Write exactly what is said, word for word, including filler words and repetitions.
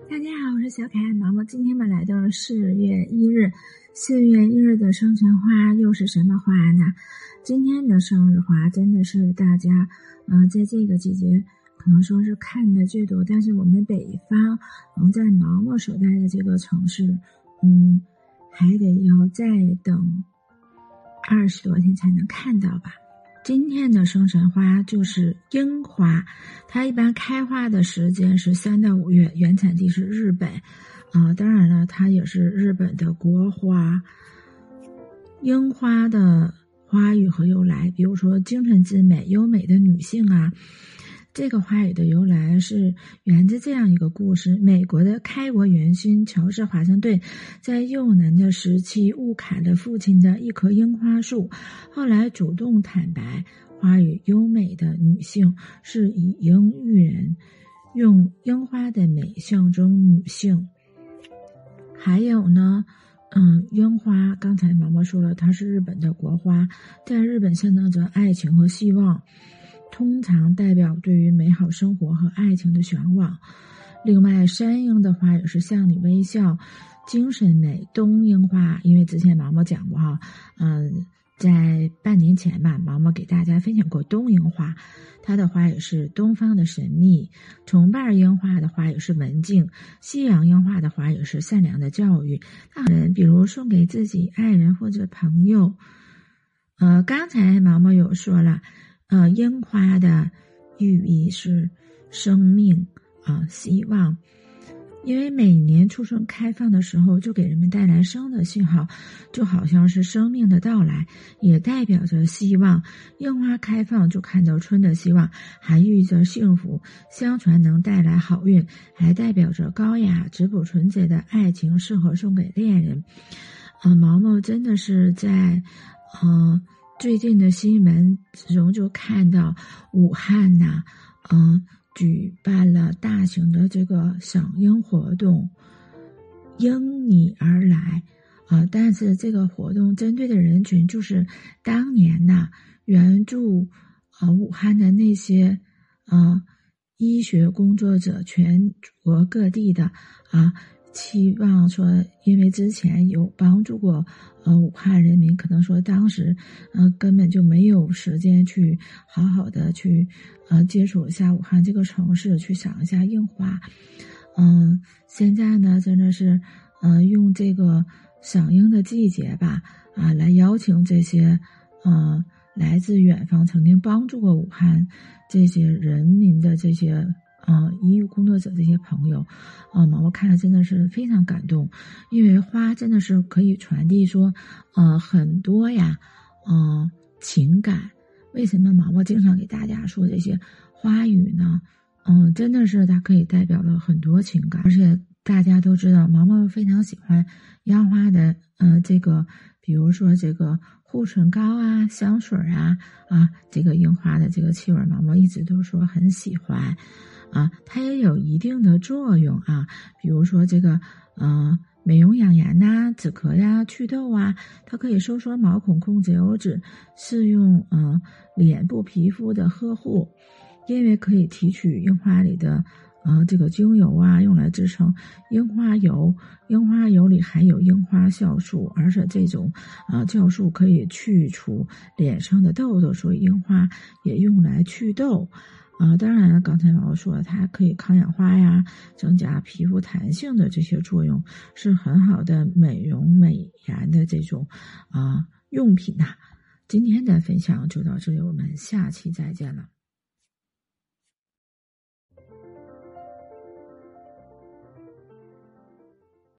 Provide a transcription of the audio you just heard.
大家好，我是小可爱毛毛。今天们来到了四月一日，四月一日的生辰花又是什么花呢？今天的生日花真的是大家，呃，在这个季节可能说是看的最多，但是我们北方能在毛毛所在的这个城市，嗯，还得要再等二十多天才能看到吧。今天的生辰花就是樱花，它一般开花的时间是三到五月，原产地是日本，啊、呃，当然了，它也是日本的国花。樱花的花语和由来，比如说精神之美、优美的女性啊。这个花语的由来是源自这样一个故事：美国的开国元勋乔治华盛顿在幼年的时期误砍了父亲的一棵樱花树，后来主动坦白，花语优美的女性是以樱喻人，用樱花的美象征女性。还有呢，嗯，樱花刚才毛毛说了，它是日本的国花，在日本象征着爱情和希望，通常代表对于美好生活和爱情的向往。另外，山樱的花也是向你微笑，精神美。冬樱花，因为之前毛毛讲过哈，嗯，在半年前吧，毛毛给大家分享过冬樱花，它的花也是东方的神秘。重瓣樱花的花也是文静，西洋樱花的花也是善良的教育。大人比如送给自己爱人或者朋友。呃，刚才毛毛有说了。呃，樱花的寓意是生命啊、呃，希望，因为每年初春开放的时候就给人们带来生的信号，就好像是生命的到来，也代表着希望。樱花开放就看到春的希望，还寓意着幸福，相传能带来好运，还代表着高雅质朴纯洁的爱情，适合送给恋人。呃，毛毛真的是在呃最近的新闻中就看到武汉呐、啊，嗯、呃，举办了大型的这个赏樱活动，因你而来啊、呃，但是这个活动针对的人群就是当年呐、啊、援助啊、呃、武汉的那些啊、呃、医学工作者，全国各地的啊。期望说，因为之前有帮助过呃武汉人民，可能说当时呃根本就没有时间去好好的去呃接触一下武汉这个城市，去赏一下樱花。嗯、呃，现在呢真的是呃用这个赏樱的季节吧啊来邀请这些呃来自远方曾经帮助过武汉这些人民的这些。呃，医务工作者这些朋友，呃，毛毛看了真的是非常感动，因为花真的是可以传递说，呃，很多呀，呃，情感。为什么毛毛经常给大家说这些花语呢？嗯、呃，真的是它可以代表了很多情感，而且大家都知道，毛毛非常喜欢樱花的，呃，这个，比如说这个护唇膏啊、香水啊，啊，这个樱花的这个气味，毛毛一直都说很喜欢。啊，它也有一定的作用啊，比如说这个呃美容养颜呐、止咳呀、祛痘啊，它可以收缩毛孔、控制油脂，适用呃脸部皮肤的呵护，因为可以提取樱花里的呃这个精油啊，用来制成樱花油。樱花油里含有樱花酵素，而且这种呃酵素可以去除脸上的痘痘，所以樱花也用来祛痘。啊、呃，当然了，刚才毛毛说它可以抗氧化呀，增加皮肤弹性的这些作用，是很好的美容美颜的这种啊、呃、用品呐、啊。今天的分享就到这里，我们下期再见了。